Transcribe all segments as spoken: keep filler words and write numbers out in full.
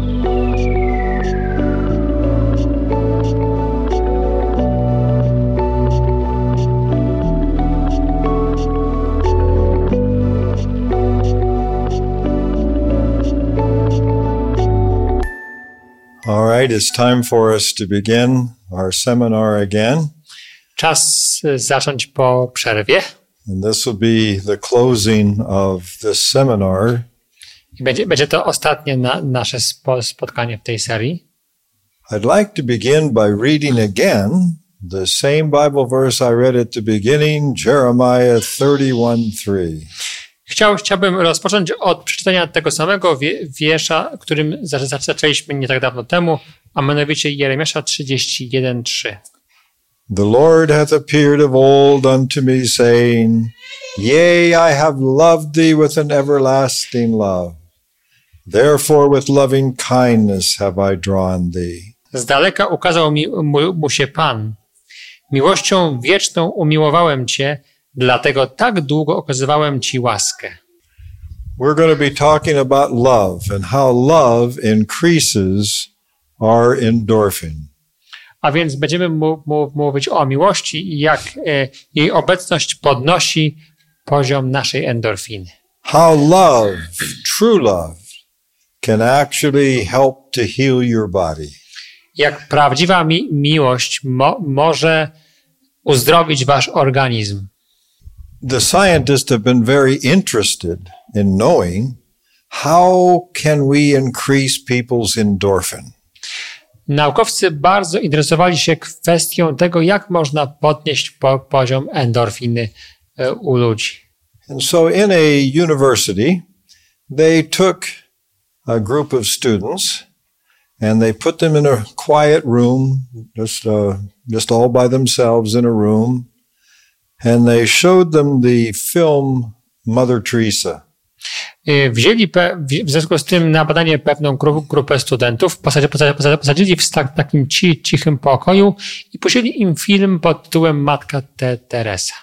All right, it's time for us to begin our seminar again. Czas zacząć po przerwie. And this will be the closing of this seminar. I będzie, będzie to ostatnie na, nasze spo, spotkanie w tej serii. I'd like to begin by reading again the same Bible verse I read at the beginning, Jeremiah thirty-one three. Chciał, chciałbym rozpocząć od przeczytania tego samego wie, wiersza, którym zaczęliśmy nie tak dawno temu, a mianowicie Jeremiasza trzydzieści jeden trzy. The Lord hath appeared of old unto me, saying, Yea, I have loved thee with an everlasting love. Therefore with loving kindness have I drawn thee. Z daleka ukazał mi, mu, mu się Pan. Miłością wieczną umiłowałem Cię, dlatego tak długo okazywałem Ci łaskę. We're going to be talking about love and how love increases our endorphin. A więc będziemy mu, mu, mówić o miłości i jak e, jej obecność podnosi poziom naszej endorfiny. How love, true love, can actually help to heal your body. Jak prawdziwa mi, miłość mo, może uzdrowić wasz organizm. The scientists have been very interested in knowing how can we increase people's endorphin. Naukowcy bardzo interesowali się kwestią tego, jak można podnieść po, poziom endorfiny e, u ludzi. And so in a university, they took a group of students and they put them in a quiet room, just uh, just all by themselves in a room, and they showed them the film Mother Teresa. Wzięli pe, w związku z tym na badanie pewną grupę studentów, posadzili w takim ci, cichym pokoju i puścili im film pod tytułem Matka Te, Teresa.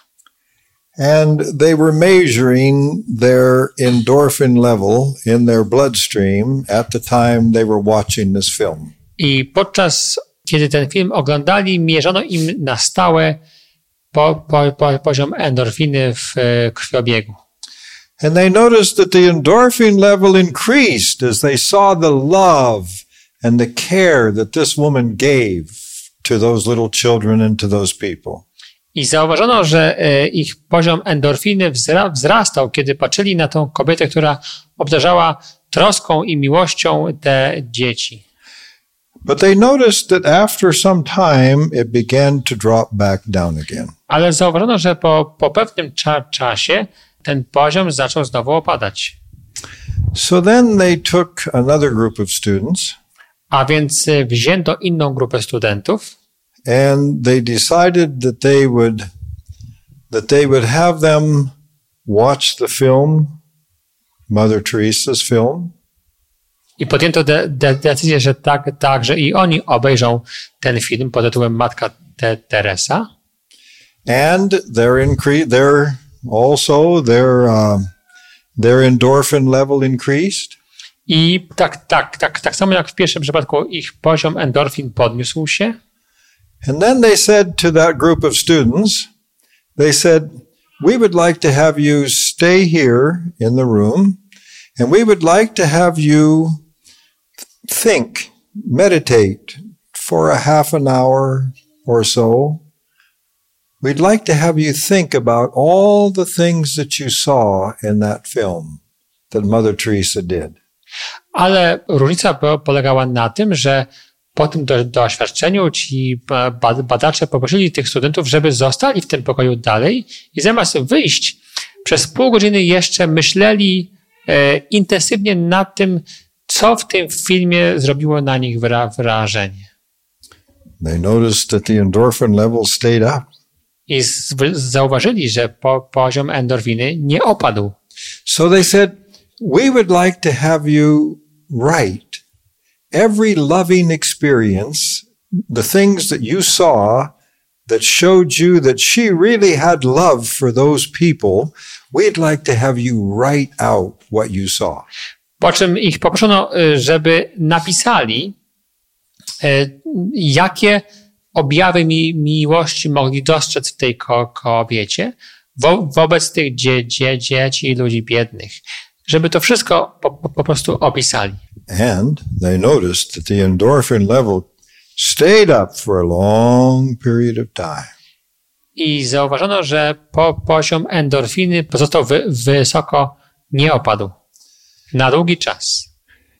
And they were measuring their endorphin level in their bloodstream at the time they were watching this film. I podczas, kiedy ten film oglądali, mierzono im na stałe po, po, po, poziom endorfiny w krwiobiegu. And they noticed that the endorphin level increased as they saw the love and the care that this woman gave to those little children and to those people. I zauważono, że ich poziom endorfiny wzra- wzrastał, kiedy patrzyli na tą kobietę, która obdarzała troską i miłością te dzieci. But they noticed that after some time it began to drop back down again. Ale zauważono, że po, po pewnym cza- czasie ten poziom zaczął znowu opadać. So then they took another group of students. A więc wzięto inną grupę studentów. And they decided that they would that they would have them watch the film, Mother Teresa's film. I podjęto de- de- decyzję, że tak, tak, że i oni obejrzą ten film pod tytułem Matka Te- Teresa. And their incre- their also their uh, their endorphin level increased. I tak, tak, tak, tak samo jak w pierwszym przypadku ich poziom endorfin podniósł się. And then they said to that group of students, they said, we would like to have you stay here in the room, and we would like to have you think, meditate for a half an hour or so. We'd like to have you think about all the things that you saw in that film that Mother Teresa did. Ale różnica polegała na tym, że po tym do, doświadczeniu ci badacze poprosili tych studentów, żeby zostali w tym pokoju dalej i zamiast wyjść, przez pół godziny jeszcze myśleli e, intensywnie nad tym, co w tym filmie zrobiło na nich wra, wrażenie. They noticed that the endorphin level stayed up. I z, zauważyli, że po, poziom endorfiny nie opadł. So they said, we would like to have you write every loving experience, the things that you saw that showed you that she really had love for those people, we'd like to have you write out what you saw. Po czym ich poproszono, żeby napisali, jakie objawy mi, miłości mogli dostrzec w tej ko- kobiecie wo- wobec tych dzie- dzie- dzieci i ludzi biednych. Żeby to wszystko po, po, po prostu opisali. And they noticed that the endorphin level stayed up for a long period of time. I zauważono, że po, poziom endorfiny pozostał wy, wysoko, nie opadł. Na długi czas.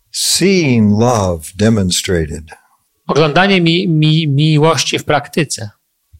Seeing love demonstrated. Oglądanie mi, mi, miłości w praktyce.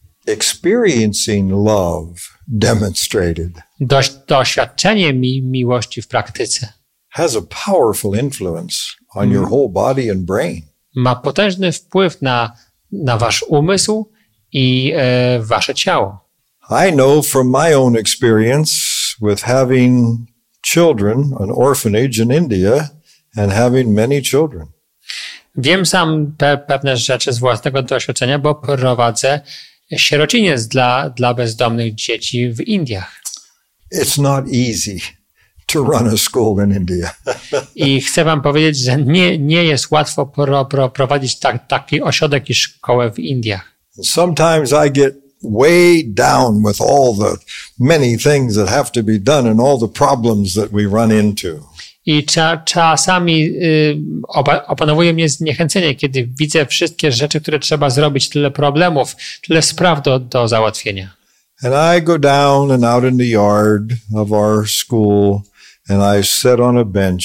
Experiencing love demonstrated. Doś, doświadczenie mi, miłości w praktyce. Has a powerful influence on your whole body and brain. Ma potężny wpływ na, na wasz umysł i e, wasze ciało. I know from my own experience with having children, an orphanage in India, and having many children. Wiem sam pe, pewne rzeczy z własnego doświadczenia, bo prowadzę sierociniec dla, dla bezdomnych dzieci w Indiach. It's not easy to run a school in India. I chcę wam powiedzieć, że nie, nie jest łatwo pro, pro, prowadzić tak, taki ośrodek i szkołę w Indiach. Sometimes I get way down with all the many things that have to be done and all the problems that we run into. I cza, czasami y, opa, opanowuje mnie zniechęcenie, kiedy widzę wszystkie rzeczy, które trzeba zrobić, tyle problemów, tyle spraw do, do załatwienia. And I go down and out in the yard of our school and I sit on a bench.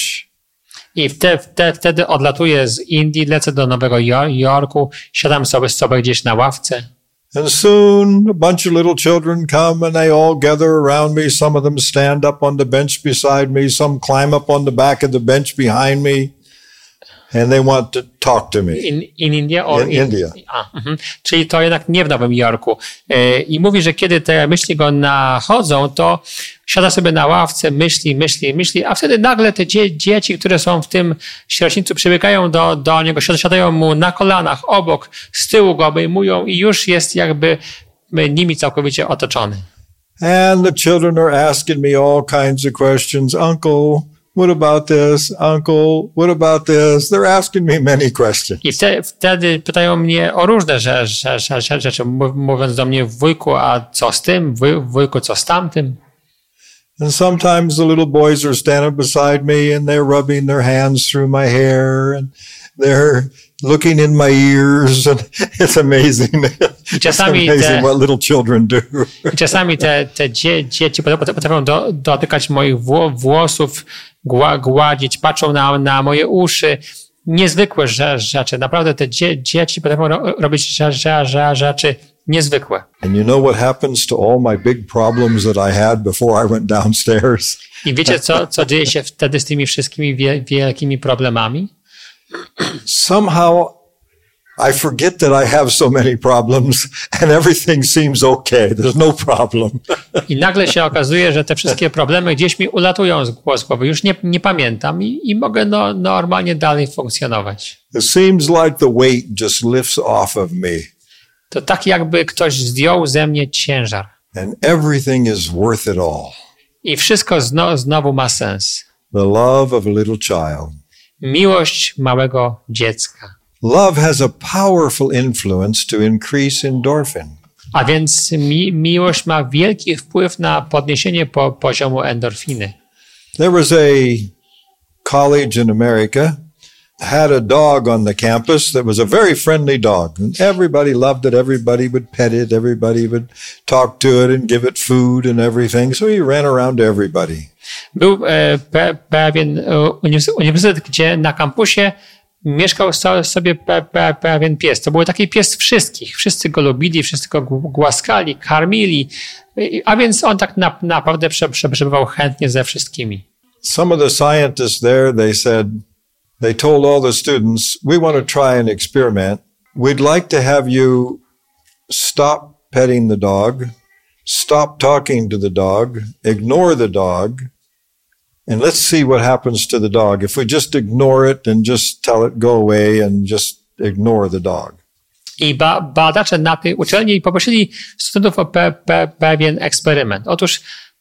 I wte, wte, wtedy odlatuję z Indii, lecę do Nowego Jorku, siadam sobie sobie gdzieś na ławce. And soon a bunch of little children come and they all gather around me. Some of them stand up on the bench beside me. Some climb up on the back of the bench behind me. And they want to talk to me. In, in India? Or in in, India. A, mhm. Czyli to jednak nie w Nowym Jorku. E, I mówi, że kiedy te myśli go nachodzą, to siada sobie na ławce, myśli, myśli, myśli, a wtedy nagle te dzie, dzieci, które są w tym sierocińcu, przybiegają do, do niego, siadają mu na kolanach, obok, z tyłu go obejmują i już jest jakby nimi całkowicie otoczony. And the children are asking me all kinds of questions. Uncle, what about this? Uncle, what about this? They're asking me many questions. I wtedy, wtedy pytają mnie o różne rzeczy, rzeczy, rzeczy, mówiąc do mnie, wujku, a co z tym? Wujku, co z tamtym? And sometimes the little boys are standing beside me and they're rubbing their hands through my hair and they're looking in my ears and it's amazing. It's amazing te, what little children do. I czasami te, te dzie, dzieci potrafią do, dotykać moich wło, włosów, gła, gładzić, patrzą na, na moje uszy. Niezwykłe rzeczy. Naprawdę te dzie, dzieci potrafią ro, robić rzeczy niezwykłe. And you know what happens to all my big problems that I had before I went downstairs? I wiecie, co, co dzieje się wtedy z tymi wszystkimi wie, wielkimi problemami? Somehow I forget that I have so many problems and everything seems okay. There's no problem. I nagle się okazuje, że te wszystkie problemy gdzieś mi ulatują z głowy. Już nie, nie pamiętam i, i mogę no, normalnie dalej funkcjonować. It seems like the weight just lifts off of me. To tak jakby ktoś zdjął ze mnie ciężar. And everything is worth it all. I wszystko zno, znowu ma sens. The love of a little child. Miłość małego dziecka. Love has a powerful influence to increase endorphin. A więc mi, miłość ma wielki wpływ na podniesienie po, poziomu endorfiny. There was a college in America had a dog on the campus that was a very friendly dog. And everybody loved it. Everybody would pet it. Everybody would talk to it and give it food and everything. So he ran around everybody. Był e, pe, pewien e, uniwersytet, gdzie na kampusie mieszkał so, sobie pe, pe, pewien pies. To był taki pies wszystkich. Wszyscy go lubili, wszyscy go głaskali, karmili. A więc on tak na, naprawdę prze, przebywał chętnie ze wszystkimi. Some of the scientists there, they said, they told all the students, we want to try an experiment. We'd like to have you stop petting the dog, stop talking to the dog, ignore the dog, and let's see what happens to the dog. If we just ignore it and just tell it go away and just ignore the dog. I ba, badacze na tej uczelni poprosili studentów o pe, pe, pewien eksperyment. Otóż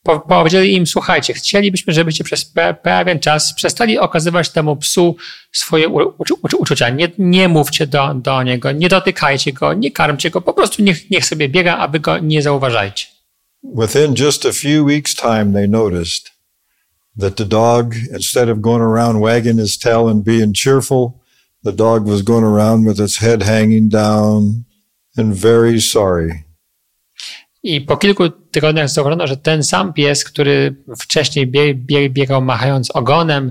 po, powiedzieli im, słuchajcie, chcielibyśmy, żebyście przez pe, pewien czas przestali okazywać temu psu swoje u, u, u, uczucia. Nie, nie mówcie do, do niego, nie dotykajcie go, nie karmcie go, po prostu niech, niech sobie biega, a wy go nie zauważajcie. Within just a few weeks' time, they noticed that the dog, instead of going around wagging his tail and being cheerful, the dog was going around with its head hanging down and very sorry. I po kilku tygodniach zauważono, że ten sam pies, który wcześniej bie, bie, biegał machając ogonem,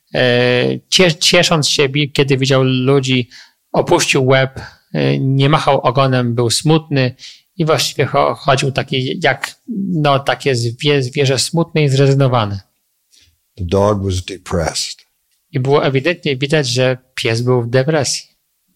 e, ciesząc się, kiedy widział ludzi, opuścił łeb, e, nie machał ogonem, był smutny i właściwie chodził taki jak no, takie zwie, zwierzę smutne i zrezygnowane. The dog was depressed. I było ewidentnie widać, że pies był w depresji.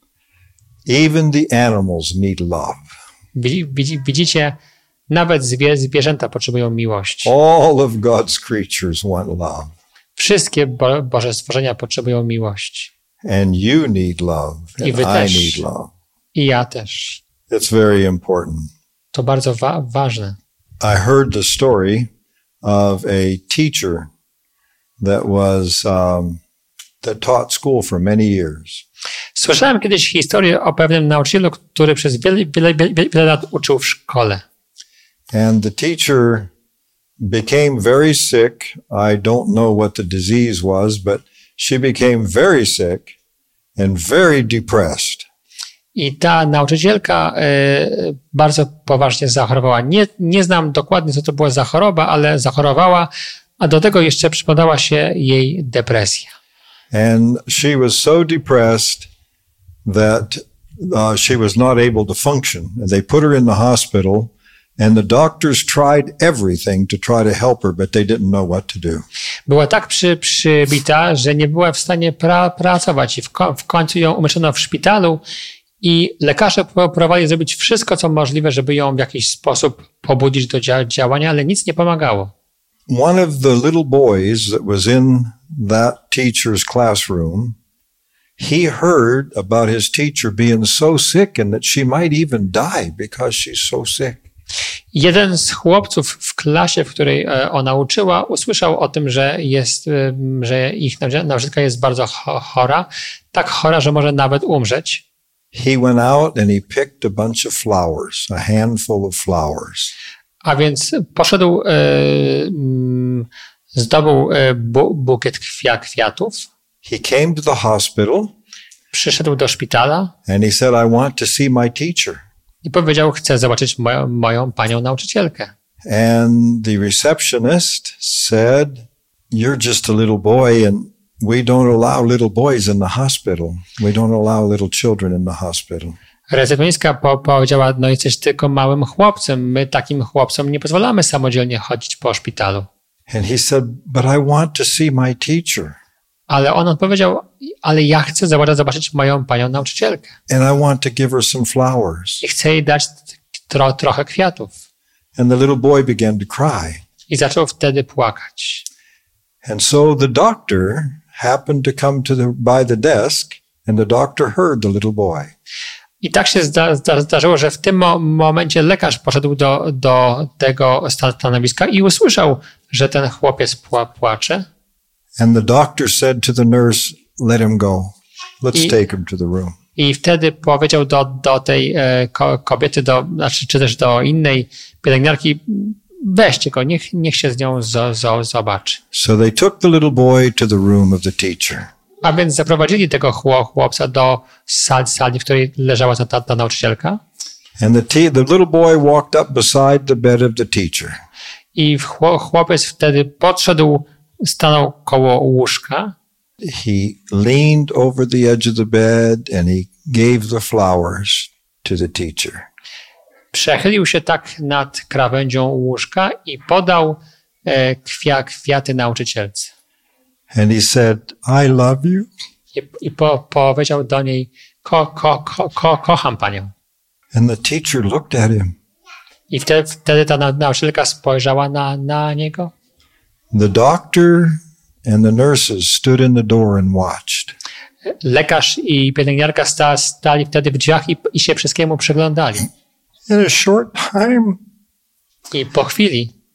Even the animals need love. Widzicie, nawet zwie, zwierzęta potrzebują miłości. All of God's creatures want love. Wszystkie Bo- Boże stworzenia potrzebują miłości. And you need love. I wy And też. I need love. I ja też. It's very important. To bardzo wa- ważne. I heard the story of a teacher that was um, that taught school for many years. Słyszałem kiedyś historię o pewnym nauczycielu, który przez wiele, wiele, wiele, wiele lat uczył w szkole. And the teacher became very sick. I don't know what the disease was, but she became very sick and very depressed. I ta nauczycielka e, bardzo poważnie zachorowała. Nie, nie znam dokładnie, co to była za choroba, ale zachorowała, a do tego jeszcze przypadała się jej depresja. And she was so depressed that uh, she was not able to function. And they put her in the hospital, and the doctors tried everything to try to help her, but they didn't know what to do. Była tak przy, przybita, że nie była w stanie pra, pracować i w, ko, w końcu ją umieszczono w szpitalu i lekarze próbowali zrobić wszystko, co możliwe, żeby ją w jakiś sposób pobudzić do dzia- działania, ale nic nie pomagało. One of the little boys that was in that teacher's classroom, he heard about his teacher being so sick and that she might even die because she's so sick. Jeden z chłopców w klasie, w której ona uczyła, usłyszał o tym, że jest, że ich nauczycielka jest bardzo chora, tak chora, że może nawet umrzeć. He went out and he picked a bunch of flowers, a handful of flowers. A więc poszedł, e, zdobył bu, bukiet kwia, kwiatów. He came to the hospital. Przyszedł do szpitala. And he said, I want to see my teacher. I powiedział, chcę zobaczyć moją, moją panią nauczycielkę. And the receptionist said, you're just a little boy and we don't allow little boys in the hospital. We don't allow little children in the hospital. Recepcjonistka po, powiedziała, no jesteś tylko małym chłopcem. My takim chłopcom nie pozwalamy samodzielnie chodzić po szpitalu. And he said, but I want to see my teacher. Ale on odpowiedział, ale ja chcę zobaczyć, zobaczyć moją panią nauczycielkę. And I want to give her some flowers. I chcę jej dać tro, trochę kwiatów. And the little boy began to cry. I zaczął wtedy płakać. And so the doctor happened to come to the, by the desk, and the doctor heard the little boy. I tak się zda, zda, zdarzyło, że w tym mo- momencie lekarz poszedł do, do tego stanowiska i usłyszał, że ten chłopiec pła, płacze. And the doctor said to the nurse, let him go. Let's I, take him to the room. I wtedy powiedział do, do tej e, ko, kobiety, do, znaczy, czy też do innej pielęgniarki, weźcie go, niech, niech się z nią zo, zo, zobaczy. So they took the little boy to the room of the teacher. A więc zaprowadzili tego chłopca do sali, sali w której leżała ta, ta, ta nauczycielka. And the, te- the little boy walked up beside the bed of the teacher. I chłopiec wtedy podszedł, stanął koło łóżka. He leaned over the edge of the bed and he gave the flowers to the teacher. Przechylił się tak nad krawędzią łóżka i podał e, kwia, kwiaty nauczycielce. And he said, I love you. I, i po, powiedział do niej, ko, ko, ko, ko, kocham panią. And the teacher looked at him. I wtedy, wtedy ta nauczycielka spojrzała na, na niego. The doctor and the nurses stood in the door and watched. Lekarz i pielęgniarka sta, stali wtedy w drzwiach i, i się wszystkiemu przyglądali. In a short time, I po chwili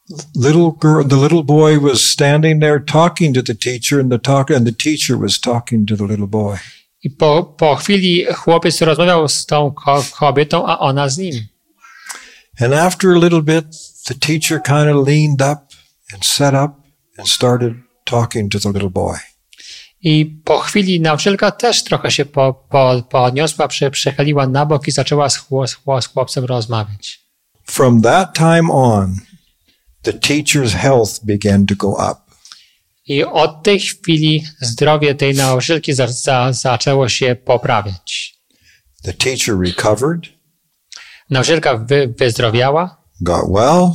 little girl, the little boy was standing there talking to the teacher, and the talk, and the teacher was talking to the little boy. I po, po chwili chłopiec rozmawiał z tą ko- kobietą, a ona z nim. And after a little bit, the teacher kind of leaned up and sat up and started talking to the little boy. I po chwili nauczycielka też trochę się po, po, podniosła, przy, przechyliła na bok i zaczęła z, chło, z, chło, z chłopcem rozmawiać. From that time on, the teacher's health began to go up. I od tej chwili zdrowie tej nauczycielki za, za, zaczęło się poprawiać. The teacher recovered, Nauczycielka wy, wyzdrowiała, got well,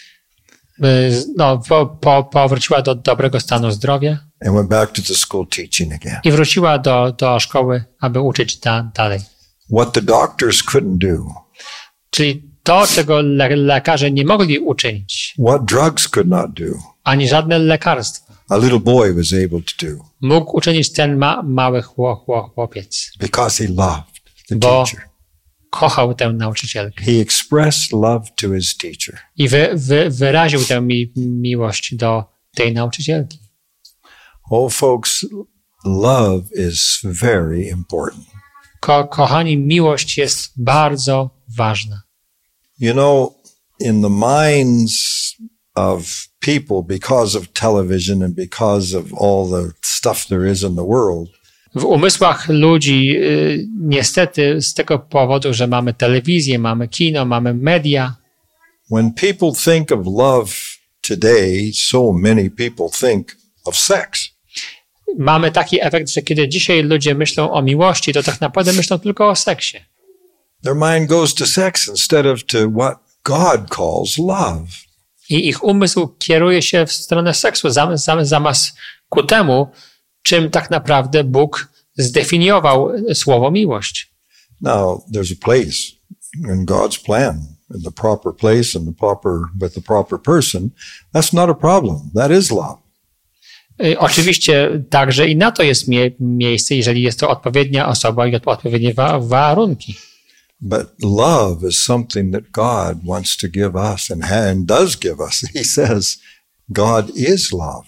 y, no, po, po, powróciła do dobrego stanu zdrowia and went back to the school teaching again. i wróciła do, do szkoły, aby uczyć da, dalej. What the doctors couldn't do, Czyli to, czego le, lekarze nie mogli uczynić, what drugs could not do, ani żadne lekarstwa, a little boy was able to do mógł uczynić ten ma, mały chło, chło, chłopiec, because he loved the bo teacher. kochał tę nauczycielkę He expressed love to his teacher. i wy, wy, wyraził tę mi, miłość do tej nauczycielki. Oh, folks, love is very important. Ko, kochani, miłość jest bardzo ważna. You know, in the minds of people, because of television and because of all the stuff there is in the world, W umysłach ludzi, y, niestety z tego powodu, że mamy telewizję, mamy kino, mamy media, when people think of love today, so many people think of sex. mamy taki efekt, że kiedy dzisiaj ludzie myślą o miłości, to tak naprawdę myślą tylko o seksie. Their mind goes to sex instead of to what God calls love. I ich umysł kieruje się w stronę seksu, zamiast, zamiast ku temu, czym tak naprawdę Bóg zdefiniował słowo miłość. Now, there's a place in God's plan, in the proper place and the proper, with the proper person. That's not a problem. That is love. Y, Oczywiście także i na to jest mie- miejsce, jeżeli jest to odpowiednia osoba i odpowiednie wa- warunki. But love is something that God wants to give us and, ha- and does give us. He says, God is love.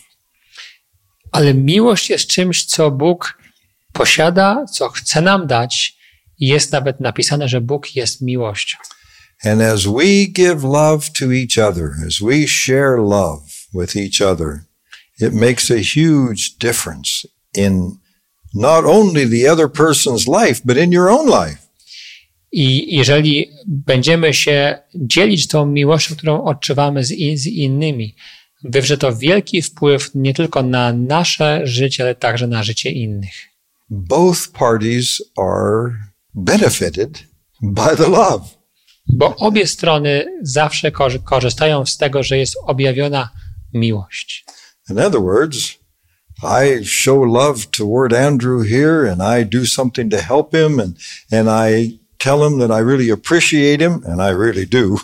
Ale miłość jest czymś, co Bóg posiada, co chce nam dać. I jest nawet napisane, że Bóg jest miłością. And as we give love to each other, as we share love with each other, it makes a huge difference in not only the other person's life, but in your own life. I jeżeli będziemy się dzielić tą miłością, którą odczuwamy z, in, z innymi, wywrze to wielki wpływ nie tylko na nasze życie, ale także na życie innych. Both parties are benefited by the love. Bo obie strony zawsze korzy- korzystają z tego, że jest objawiona miłość. In other words, I show love toward Andrew here and I do something to help him and, and I tell him that I really appreciate him, and I really do.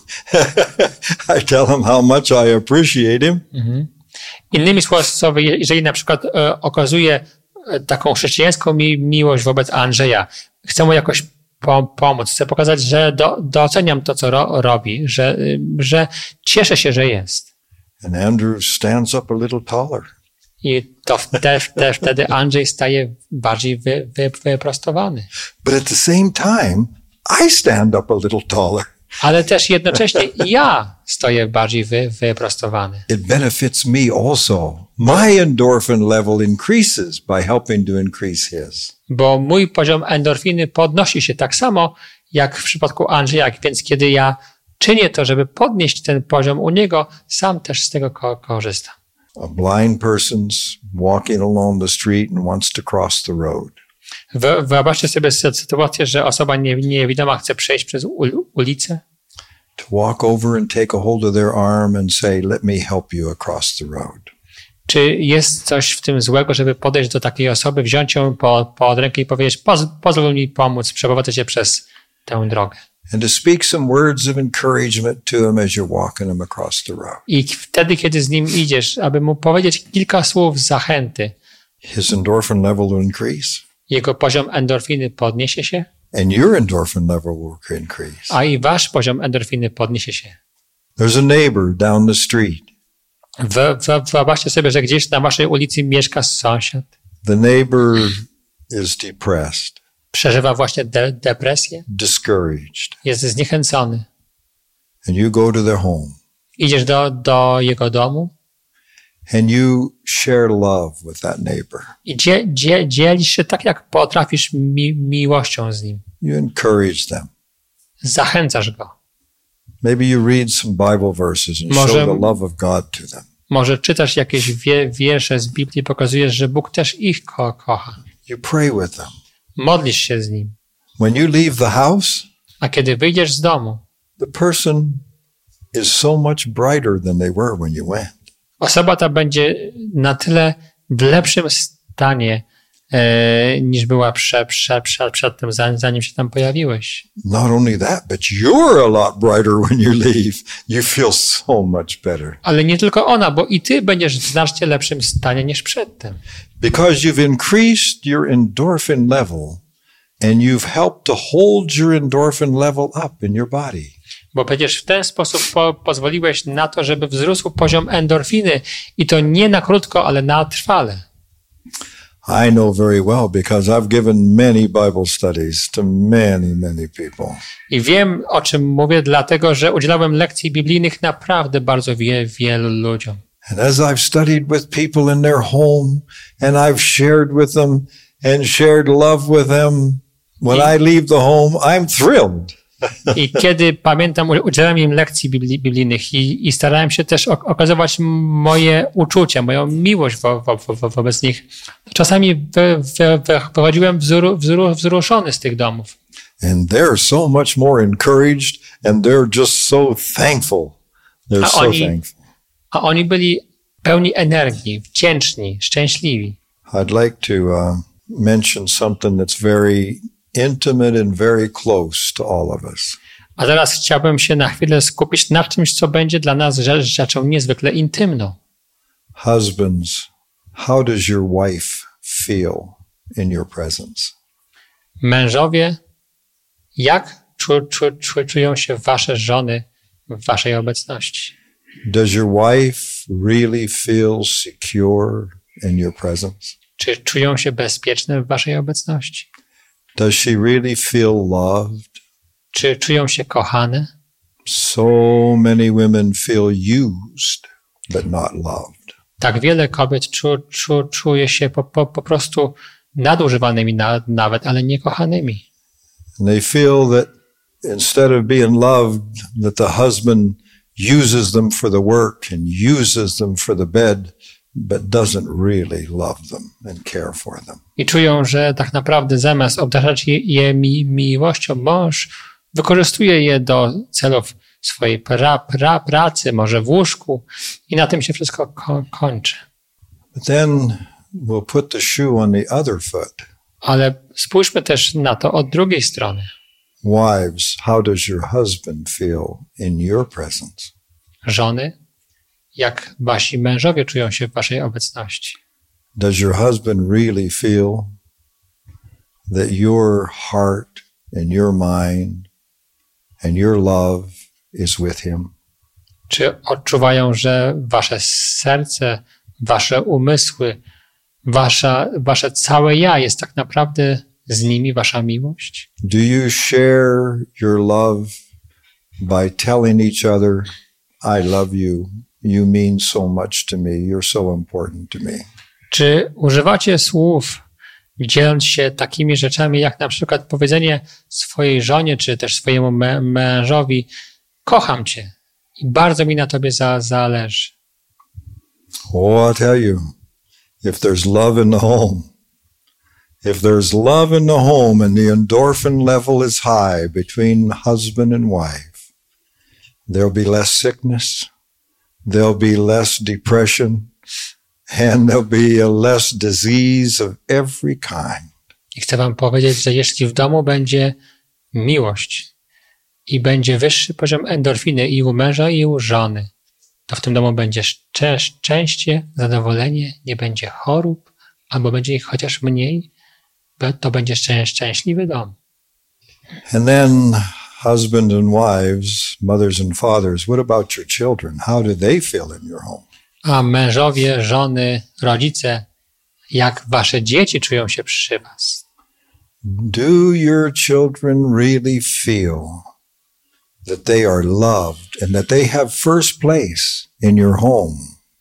I tell him how much I appreciate him. Mhm. Innymi słowy, jeżeli na przykład e, okazuję e, taką chrześcijańską mi- miłość wobec Andrzeja, chcę mu jakoś po- pomóc, chcę pokazać, że do, doceniam to, co ro, robi, że, y, że cieszę się, że jest. And Andrew stands up a little taller. I to wtedy, wtedy, wtedy Andrzej staje bardziej wy, wy, wyprostowany. But at the same time, I stand up a little taller. Ale też jednocześnie ja stoję bardziej wy, wyprostowany. It benefits me also. My endorphin level increases by helping to increase his. Bo mój poziom endorfiny podnosi się tak samo, jak w przypadku Andrzeja, więc kiedy ja czynię to, żeby podnieść ten poziom u niego, sam też z tego ko- korzystam. A blind person's walking along the street and wants to cross the road. Wy- Wyobraźcie sobie sy- sytuację, że osoba nie- niewidoma chce przejść przez ul- ulicę To walk over and take a hold of their arm and say, let me help you across the road. Czy jest coś w tym złego, żeby podejść do takiej osoby, wziąć ją po, pod rękę i powiedzieć, Poz, pozwól mi pomóc, przeprowadzę cię przez tę drogę. And to speak some words of encouragement to him as you're walking him across the road. I wtedy, kiedy z nim idziesz, aby mu powiedzieć kilka słów zachęty, His endorphin level will increase jego poziom endorfiny podniesie się, and your endorphin level will increase. a i wasz poziom endorfiny podniesie się. There's a neighbor down the street Wyobraźcie sobie, że gdzieś na waszej ulicy mieszka sąsiad. The neighbor is depressed. Przeżywa właśnie de- depresję. Discouraged. Jest zniechęcony. And you go to their home. Idziesz do, do jego domu. And you share love with that neighbor. I dzie, dzie, dzielisz się tak, jak potrafisz mi, miłością z nim. You encourage them. Zachęcasz go. Maybe you read some Bible verses and Może, show the love of God to them. Może czytasz jakieś wie, wiersze z Biblii, pokazujesz, że Bóg też ich ko, kocha. You pray with them. Modlisz się z nim. When you leave the house, a kiedy wyjdziesz z domu, the person is so much brighter than they were when you went. Osoba ta będzie na tyle w lepszym stanie, e, niż była prze, prze, prze, przed tym, zanim się tam pojawiłeś. Not only that, but you're a lot brighter when you leave. You feel so much better. Ale nie tylko ona, bo i ty będziesz w znacznie lepszym stanie niż przedtem. Because you've increased your endorphin level and you've helped to hold your endorphin level up in your body. Bo przecież w ten sposób po, pozwoliłeś na to, żeby wzrósł poziom endorfiny i to nie na krótko, ale na trwale. I know very well because I've given many Bible studies to many, many people. I wiem, o czym mówię, dlatego, że udzielałem lekcji biblijnych naprawdę bardzo wie, wielu ludziom. And as I've studied with people in their home and I've shared with them and shared love with them, when I, I leave the home, I'm thrilled. I kiedy pamiętam, udzielałem im lekcji biblijnych i, i starałem się też okazywać moje uczucia, moją miłość wo, wo, wo, wobec nich, czasami wy, wy, wy, wychodziłem wzru, wzru, wzruszony z tych domów. And they're so much more encouraged and they're just so thankful. They're a so oni, thankful. A oni byli pełni energii, wdzięczni, szczęśliwi. I'd like to uh, mention something that's very intimate and very close to all of us. A teraz chciałbym się na chwilę skupić na czymś, co będzie dla nas rzeczą niezwykle intymną. Husbands, how does your wife feel in your presence? Mężowie, jak czu, czu, czu, czują się wasze żony w waszej obecności? Does your wife really feel secure in your presence? Czy czują się bezpieczne w waszej obecności? Does she really feel loved? Czy czują się kochane? So many women feel used, but not loved. Tak wiele kobiet czu, czu, czuje się po, po, po prostu nadużywanymi na, nawet, ale nie kochanymi. And they feel that instead of being loved, that the husband uses them for the work and uses them for the bed, but doesn't really love them and care for them. I czują, że tak naprawdę zamiast obdarzać je, je mi, miłością, mąż wykorzystuje je do celów swojej pra, pra, pracy, może w łóżku i na tym się wszystko ko- kończy. But then we'll put the shoe on the other foot. Ale spójrzmy też na to od drugiej strony. Wives, how does your husband feel in your presence? Żony, jak wasi mężowie czują się w waszej obecności? Does your husband really feel that your heart and your mind and your love is with him? Czy odczuwają, że wasze serce, wasze umysły, wasza, wasze całe ja jest tak naprawdę z nimi, wasza miłość? Do you share your love by telling each other, I love you, you mean so much to me, you're so important to me? Czy używacie słów, dzieląc się takimi rzeczami, jak na przykład powiedzenie swojej żonie, czy też swojemu mę- mężowi, kocham cię i bardzo mi na tobie za- zależy? Oh, I tell you, if there's love in the home, if there's love in the home and the endorphin level is high between husband and wife, there'll be less sickness, there'll be less depression, and there'll be a less disease of every kind. I chcę wam powiedzieć, że jeśli w domu będzie miłość i będzie wyższy poziom endorfiny i u męża, i u żony, to w tym domu będzie szczę- szczęście, zadowolenie, nie będzie chorób, albo będzie ich chociaż mniej, to będzie szczę- szczęśliwy dom. And then husband and wives, mothers and fathers, what about your children? How do they feel in your home? A mężowie, żony, rodzice, jak wasze dzieci czują się przy was? Do your children really feel that they are loved and that they have first place in your home?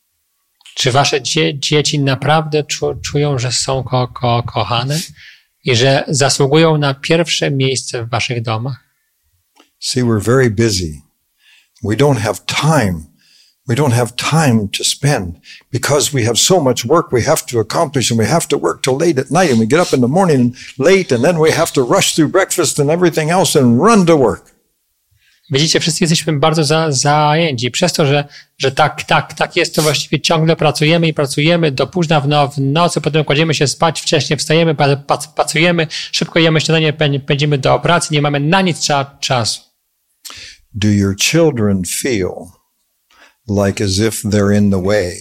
Czy wasze dzie- dzieci naprawdę czu- czują, że są ko- ko- kochane i że zasługują na pierwsze miejsce w waszych domach? See, we're very busy. We don't have time. We don't have time to spend because we have so much work we have to accomplish, and we have to work till late at night, and we get up in the morning late, and then we have to rush through breakfast and everything else and run to work. Widzicie, wszyscy jesteśmy bardzo za, zajęci. Przez to, że, że tak, tak, tak jest, to właściwie ciągle pracujemy i pracujemy do późna w, no, w nocy, potem kładziemy się spać, wcześniej wstajemy, pracujemy, szybko jemy śniadanie, pędzimy do pracy, nie mamy na nic cza, czasu. Do your children feel like as if they're in the way?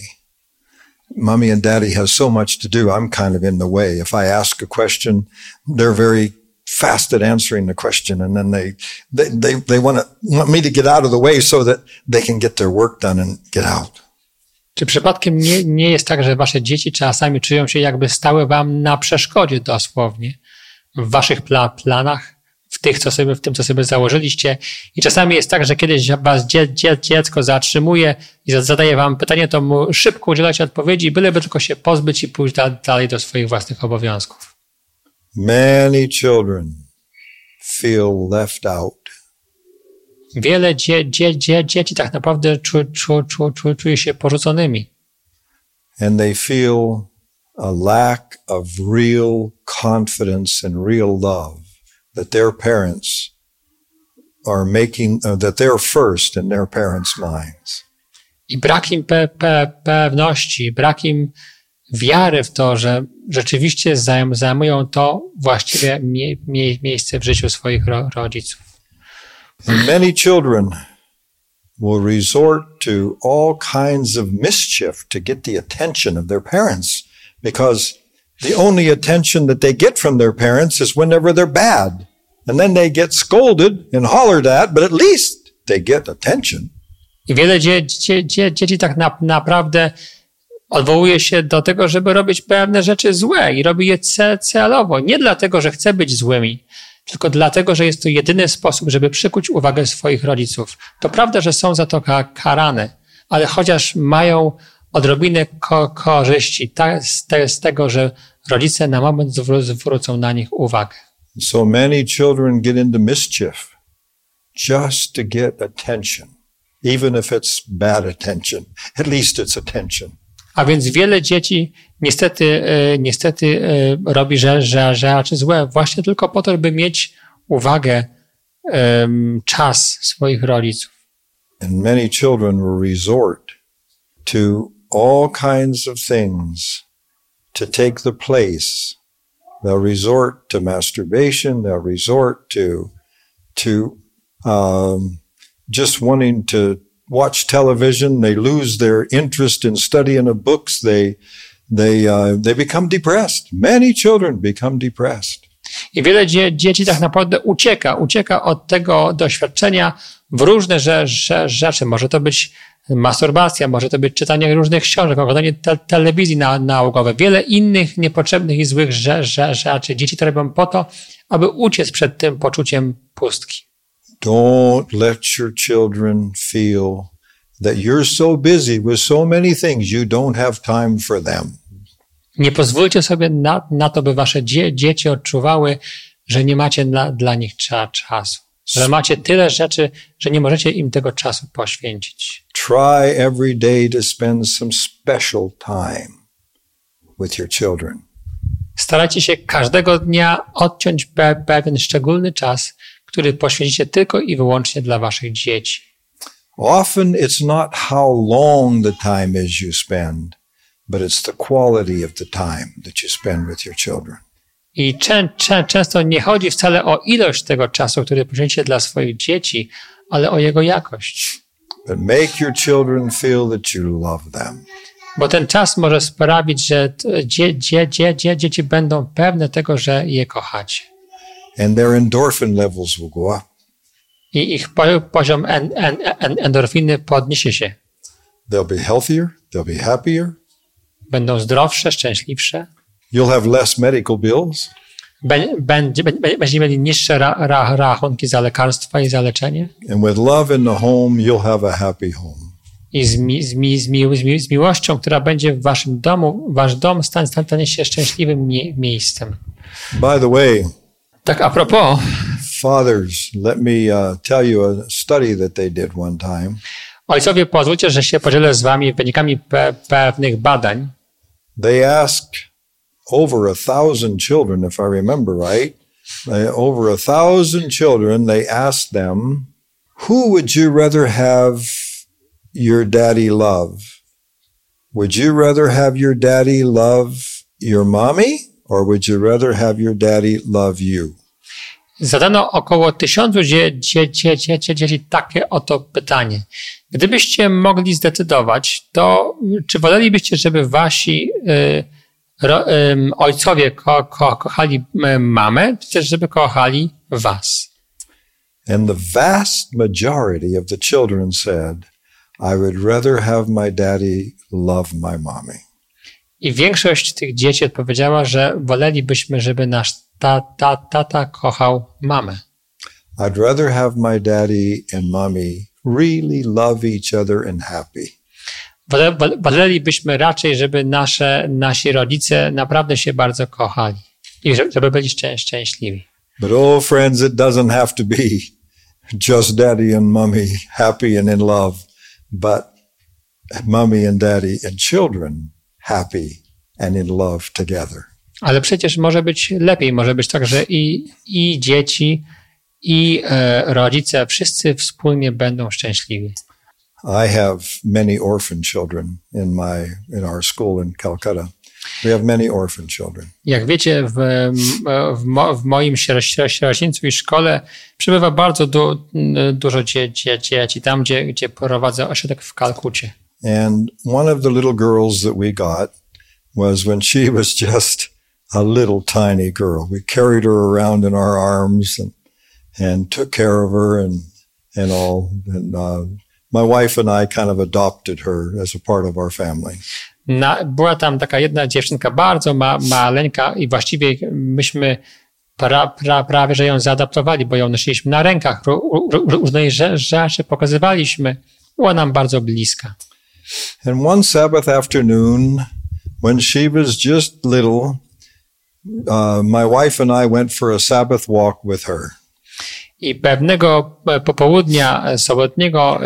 Mommy and daddy has so much to do, I'm kind of in the way. If I ask a question, they're very fast at answering the question, and then they they they, they want, to, want me to get out of the way so that they can get their work done and get out. Czy przypadkiem nie, nie jest tak, że wasze dzieci czasami czują się, jakby stały wam na przeszkodzie dosłownie w waszych pla, planach, w tych, co sobie, w tym, co sobie założyliście, i czasami jest tak, że kiedyś was dzie, dzie, dziecko zatrzymuje i zadaje wam pytanie, to mu szybko udzielacie odpowiedzi, byleby tylko się pozbyć i pójść da, dalej do swoich własnych obowiązków. Many children feel left out. Wiele dzie, dzie, dzie, dzieci tak naprawdę czu, czu, czu, czu, czuje się porzuconymi. And they feel a lack of real confidence and real love that their parents are making, uh, that they're first in their parents' minds. I brak im pe, pe, pewności, brak im wiary w to, że rzeczywiście zajm, zajmują to właściwie mie, mie, miejsce w życiu swoich ro, rodziców. And many children will resort to all kinds of mischief to get the attention of their parents, because the only attention that they get from their parents is whenever they're bad. And then they get scolded and hollered at, but at least they get attention. I wiele dzie, dzie, dzie, dzieci tak na, naprawdę odwołuje się do tego, żeby robić pewne rzeczy złe i robi je celowo. Nie dlatego, że chce być złymi, tylko dlatego, że jest to jedyny sposób, żeby przykuć uwagę swoich rodziców. To prawda, że są za to karane, ale chociaż mają odrobinę ko- korzyści ta, z, te, z tego, że rodzice na moment zwró- zwrócą na nich uwagę. So many children get into mischief just to get attention, even if it's bad attention. At least it's attention. A więc wiele dzieci niestety, niestety robi rzeczy złe właśnie tylko po to, by mieć uwagę, czas swoich rodziców. And many children will resort to all kinds of things to take the place. They'll resort to masturbation. They'll resort to to um, just wanting to watch television. They lose their interest in studying of books. They they uh, they become depressed. Many children become depressed. I wiele dzie- dzieci tak naprawdę ucieka, ucieka od tego doświadczenia w różne rze- rze- rzeczy. Może to być masturbacja, może to być czytanie różnych książek, oglądanie te- telewizji na- naukowej, wiele innych niepotrzebnych i złych rze- rze- rzeczy. Dzieci to robią po to, aby uciec przed tym poczuciem pustki. Don't let your children feel that you're so busy with so many things you don't have time for them. Nie pozwólcie sobie na, na to, by wasze dzie- dzieci odczuwały, że nie macie dla, dla nich cza- czasu. Że macie tyle rzeczy, że nie możecie im tego czasu poświęcić. Try every day to spend some special time with your children. Starajcie się każdego dnia odciąć pe- pewien szczególny czas, który poświęcicie tylko i wyłącznie dla waszych dzieci. Often it's not how long the time is you spend, but it's the quality of the time that you spend with your children. I czę- czę- często nie chodzi wcale o ilość tego czasu, który poświęcicie dla swoich dzieci, ale o jego jakość. But make your children feel that you love them. Bo ten czas może sprawić, że dzie- dzie- dzie- dzie- dzieci będą pewne tego, że je kochacie. And their endorphin levels will go up. I ich po- poziom en- en- en- endorfiny podniesie się. They'll be healthier. They'll be happier. Będą zdrowsze, szczęśliwsze. You'll have less medical bills. Będzie, będziecie mieli niższe ra, ra, rachunki za lekarstwa i za leczenie. And with love in the home, you'll have a happy home. I z, mi, z, mi, z, mi, z, mi, z miłością, która będzie w waszym domu, wasz dom stanie, stanie się szczęśliwym mie, miejscem. By the way, tak a propos, fathers, let me uh, tell you a study that they did one time. Ojcowie, pozwólcie, że się podzielę z wami wynikami pe, pewnych badań. They asked over a thousand children, if I remember right, they, over a thousand children, they asked them, who would you rather have your daddy love? Would you rather have your daddy love your mommy, or would you rather have your daddy love you? Zadano około tysiącu dzie, dzie, dzie, dzie, dzie, dzieci takie oto pytanie. Gdybyście mogli zdecydować, to czy wolelibyście, żeby wasi y, ro, y, ojcowie ko, ko, kochali mamę, czy też żeby kochali was? And the vast majority of the children said, I would rather have my daddy love my mommy. I większość tych dzieci odpowiedziała, że wolelibyśmy, żeby nasz ta, ta, tata kochał mamę. I'd rather have my daddy and mommy really love each other and happy. Wolelibyśmy raczej, żeby nasze, nasi rodzice naprawdę się bardzo kochali i żeby byli szczę, szczęśliwi. But oh friends, it doesn't have to be just daddy and mommy happy and in love, but mommy and daddy and children happy and in love together. Ale przecież może być lepiej, może być tak, że i, i dzieci, i e, rodzice, wszyscy wspólnie będą szczęśliwi. I have many orphan children in my in our school in Calcutta. We have many orphan children. Jak wiecie, w, w, mo, w moim sierocińcu i szkole przybywa bardzo du, dużo dzie, dzie, dzieci, tam gdzie, gdzie prowadzę ośrodek w Kalkucie. And one of the little girls that we got was when she was just a little tiny girl. We carried her around in our arms and and took care of her and and all. And uh, my wife and I kind of adopted her as a part of our family. Na, była tam taka jedna dziewczynka bardzo ma, maleńka i właściwie myśmy pra, pra, prawie, że ją zaadaptowali, bo ją nosiliśmy na rękach, różne rzeczy pokazywaliśmy. Była nam bardzo bliska. And one Sabbath afternoon, when she was just little, uh, my wife and I went for a Sabbath walk with her. I pewnego popołudnia sobotniego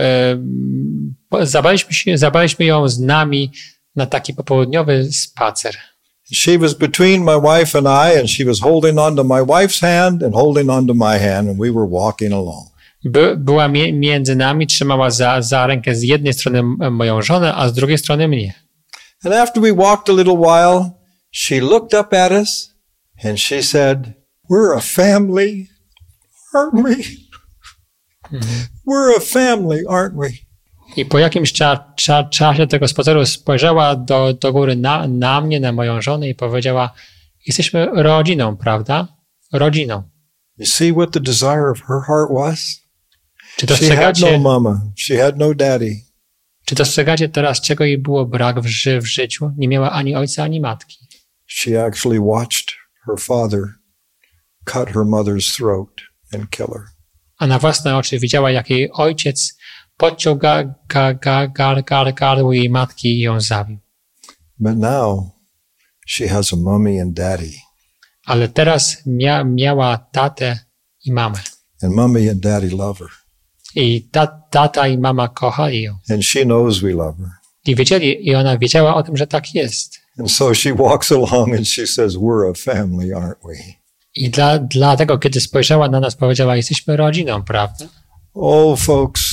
e, zabraliśmy, się, zabraliśmy ją z nami na taki popołudniowy spacer. She was between my wife and I, and she was holding on to my wife's hand and holding on to my hand, and we were walking along. By, była mi, między nami, trzymała za, za rękę z jednej strony moją żonę, a z drugiej strony mnie. And after we walked a little while, she looked up at us and she said, "We're a family, aren't we? Mm-hmm. We're a family, aren't we?" I po jakimś cza, cza, czasie tego spaceru spojrzała do, do góry na, na mnie, na moją żonę i powiedziała, jesteśmy rodziną, prawda? Rodziną. You see what the desire of her heart was? Czy she had no mama. She had no daddy. Czy dostrzegacie teraz, czego jej było brak w, ży, w życiu? Nie miała ani ojca, ani matki. She actually watched her father cut her mother's throat and kill her. A na własne oczy widziała, jak jej ojciec podciął ga, ga, ga, gar, gar, gardło jej matki i ją zabił. But now she has a mommy and daddy. Ale teraz mia, miała tatę i mamę. And mommy and daddy love her. I ta, tata i mama kochali ją. And she knows we love her. I wiedzieli, i ona wiedziała o tym, że tak jest. And so she walks along and she says, "We're a family, aren't we?" I dla, dlatego, kiedy spojrzała na nas, powiedziała, jesteśmy rodziną, prawda? Oh, folks,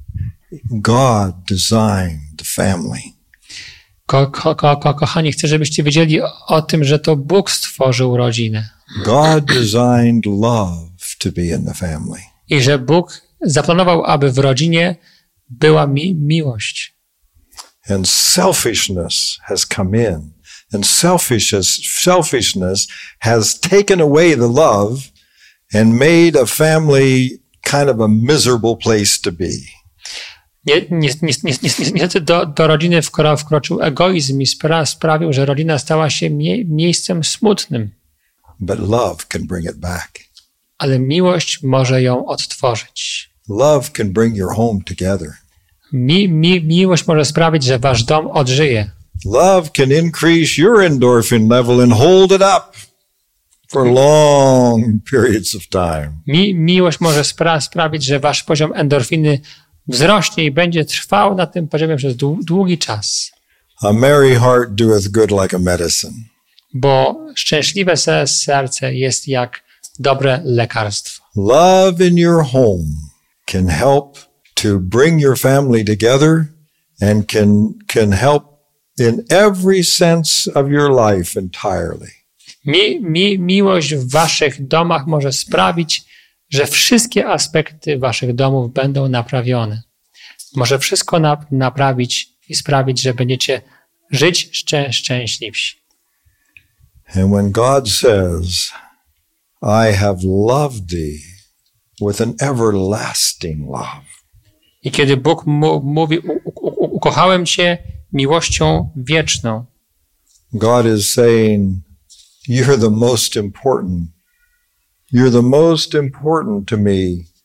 God designed the family. Ko, ko, ko, ko, kochani, chcę, żebyście wiedzieli o, o tym, że to Bóg stworzył rodzinę. God designed love to be in the family. I że Bóg zaplanował, aby w rodzinie była mi, miłość. And selfishness has come in. And selfishness, selfishness has taken away the love and made a family kind of a miserable place to be. Niestety do, do rodziny wkroczył egoizm i spra, sprawił, że rodzina stała się mie, miejscem smutnym. But love can bring it back. Ale miłość może ją odtworzyć. Love can bring your home together. Mi, mi, miłość może sprawić, że wasz dom odżyje. Love can increase your endorphin level and hold it up for long periods of time. Mi, miłość może spra, sprawić, że wasz poziom endorfiny wzrośnie i będzie trwał na tym poziomie przez długi czas. A merry heart doeth good like a medicine. Bo szczęśliwe serce jest jak dobre lekarstwo. Love in your home can help to bring your family together and can can help in every sense of your life entirely. Mi, mi, miłość w waszych domach może sprawić, że wszystkie aspekty waszych domów będą naprawione. Może wszystko na, naprawić i sprawić, że będziecie żyć szczę, szczęśliwsi. And when God says, I have loved thee with an everlasting love. I kiedy Bóg mu, mówi, u, u, ukochałem cię miłością wieczną. God is saying, you're the most important. You're the most important to me.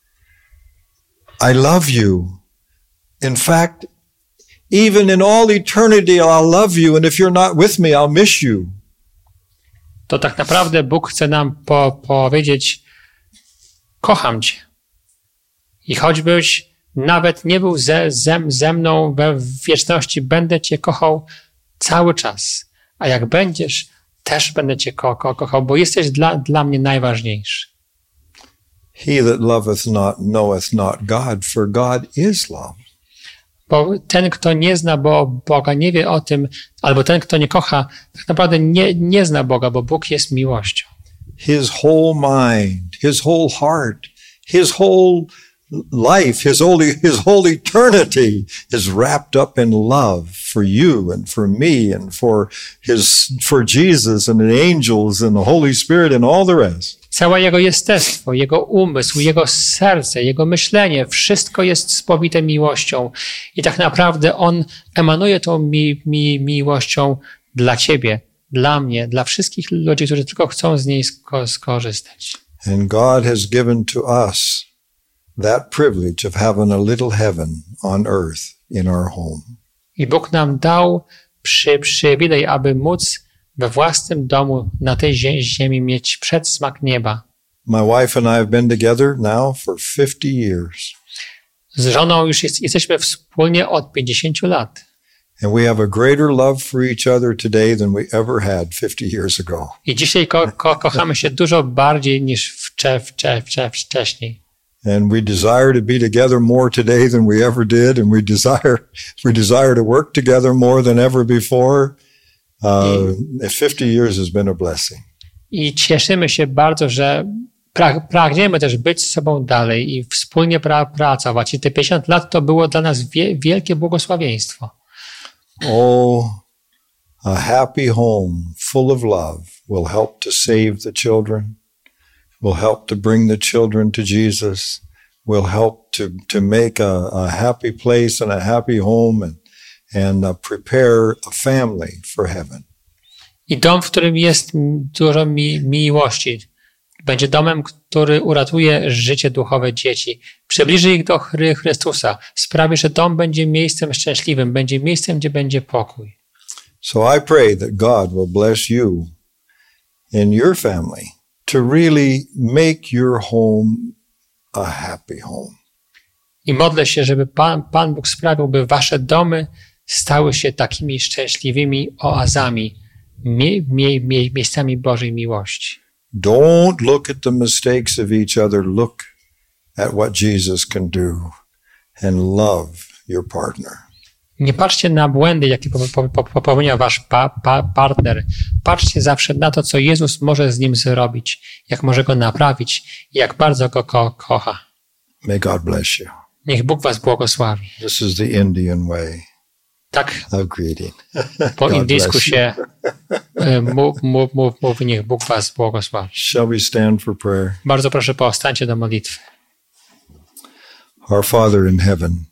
I love you. In fact, even in all eternity, I'll love you. And if you're not with me, I'll miss you. To tak naprawdę Bóg chce nam po, powiedzieć, kocham cię. I choćbyś nawet nie był ze, ze, ze mną we wieczności, będę cię kochał cały czas. A jak będziesz, też będę cię ko- ko- kochał, bo jesteś dla, dla mnie najważniejszy. He that loveth not knoweth not God, for God is love. Bo ten, kto nie zna Bo- Boga, nie wie o tym, albo ten, kto nie kocha, tak naprawdę nie, nie zna Boga, bo Bóg jest miłością. His whole mind, his whole heart, his whole life, his whole, his whole eternity is wrapped up in love for you and for me and for his, for Jesus and the angels and the Holy Spirit and all the rest. Całe jego jestestwo, jego umysł, jego serce, jego myślenie, wszystko jest spowite miłością. I tak naprawdę on emanuje tą mi, mi, miłością dla ciebie, dla mnie, dla wszystkich ludzi, którzy tylko chcą z niej sko- skorzystać. And God has given to us that privilege of having a little heaven on earth in our home. I Bóg nam dał przy, przywilej, aby móc we własnym domu na tej ziemi mieć przedsmak nieba. My wife and I have been together now for fifty years. Z żoną już jest, jesteśmy wspólnie od pięćdziesięciu lat. And we have a greater love for each other today than we ever had fifty years ago. I dzisiaj ko- ko- kochamy się dużo bardziej niż wcze- wcze- wcze- wcześniej. And we desire to be together more today than we ever did, and we desire we desire to work together more than ever before. Uh, fifty years has been a blessing. I cieszymy się bardzo, że pra- pragniemy też być z sobą dalej i wspólnie pra- pracować. I te pięćdziesiąt lat to było dla nas wie- wielkie błogosławieństwo. Oh, a happy home full of love will help to save the children, will help to bring the children to Jesus, will help to, to make a, a happy place and a happy home and, and uh, prepare a family for heaven. I dom, w którym jest dużo mi- miłości, będzie domem, który uratuje życie duchowe dzieci, przybliży ich do Chry- Chrystusa, sprawi, że dom będzie miejscem szczęśliwym, będzie miejscem, gdzie będzie pokój. So I pray that God will bless you and your family to really make your home a happy home. I modlę się, żeby Pan, Pan Bóg sprawił, by wasze domy stały się takimi szczęśliwymi oazami, mie, mie, mie, miejscami Bożej miłości. Don't look at the mistakes of each other. Look at what Jesus can do and love your partner. Nie patrzcie na błędy, jakie popełnia wasz pa, pa, partner. Patrzcie zawsze na to, co Jezus może z nim zrobić, jak może go naprawić i jak bardzo go ko- kocha. May God bless you. Niech Bóg was błogosławi. This is the Indian way Tak of greeting. po God indyjsku bless się mów, mów, mów, mówi, niech Bóg was błogosławi. Shall we stand for prayer? Bardzo proszę, powstańcie do modlitwy. Our Father in heaven,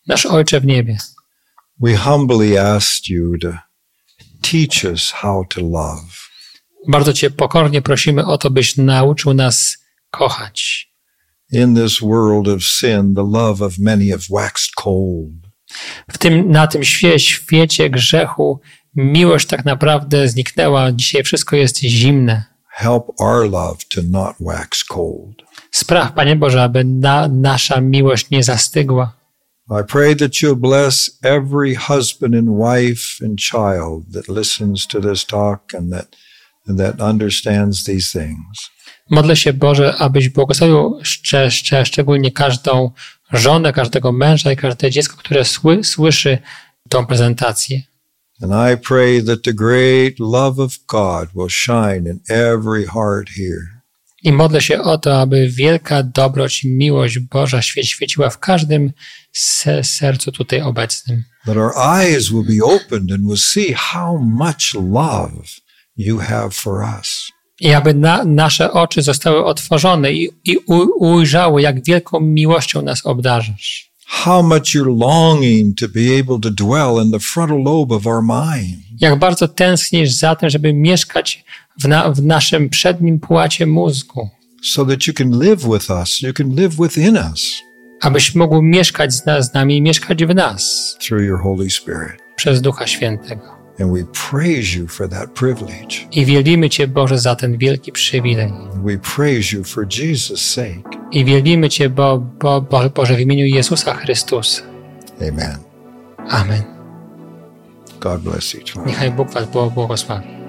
Nasz Ojcze w niebie, we humbly ask you to teach us how to love. bardzo Cię pokornie prosimy o to, byś nauczył nas kochać. In this world of sin, the love of many have waxed cold. W tym, na tym świe, świecie grzechu miłość tak naprawdę zniknęła. Dzisiaj wszystko jest zimne. Help our love to not wax cold. Spraw, Panie Boże, aby na, nasza miłość nie zastygła. I pray that you'll bless every husband and wife and child that listens to this talk and that, and that understands these things. Modlę się, Boże, abyś błogosławił szcz, szcz, szczególnie każdą żonę, każdego męża i każde dziecko, które sły, słyszy tą prezentację. And I pray that the great love of God will shine in every heart here. I modlę się o to, aby wielka dobroć i miłość Boża świeciła w każdym sercu tutaj obecnym. That our eyes will be opened and will see how much love you have for us. I aby na, nasze oczy zostały otworzone i, i u, ujrzały, jak wielką miłością nas obdarzasz. How much you're longing to be able to dwell in the frontal lobe of our mind. Jak bardzo tęsknisz za tym, żeby mieszkać w, na, w naszym przednim płacie mózgu. So that you can live with us, you can live within us. Abyś mógł mieszkać z, nas, z nami i mieszkać w nas. Through your Holy Spirit. Przez Ducha Świętego. And we praise you for that privilege. I wielbimy Cię, Boże, za ten wielki przywilej. We praise you for Jesus' sake. I wielbimy Cię, bo, bo, bo, Boże, w imieniu Jezusa Chrystusa. Amen. Amen. God bless each one. Niechaj Bóg Was błogosławi.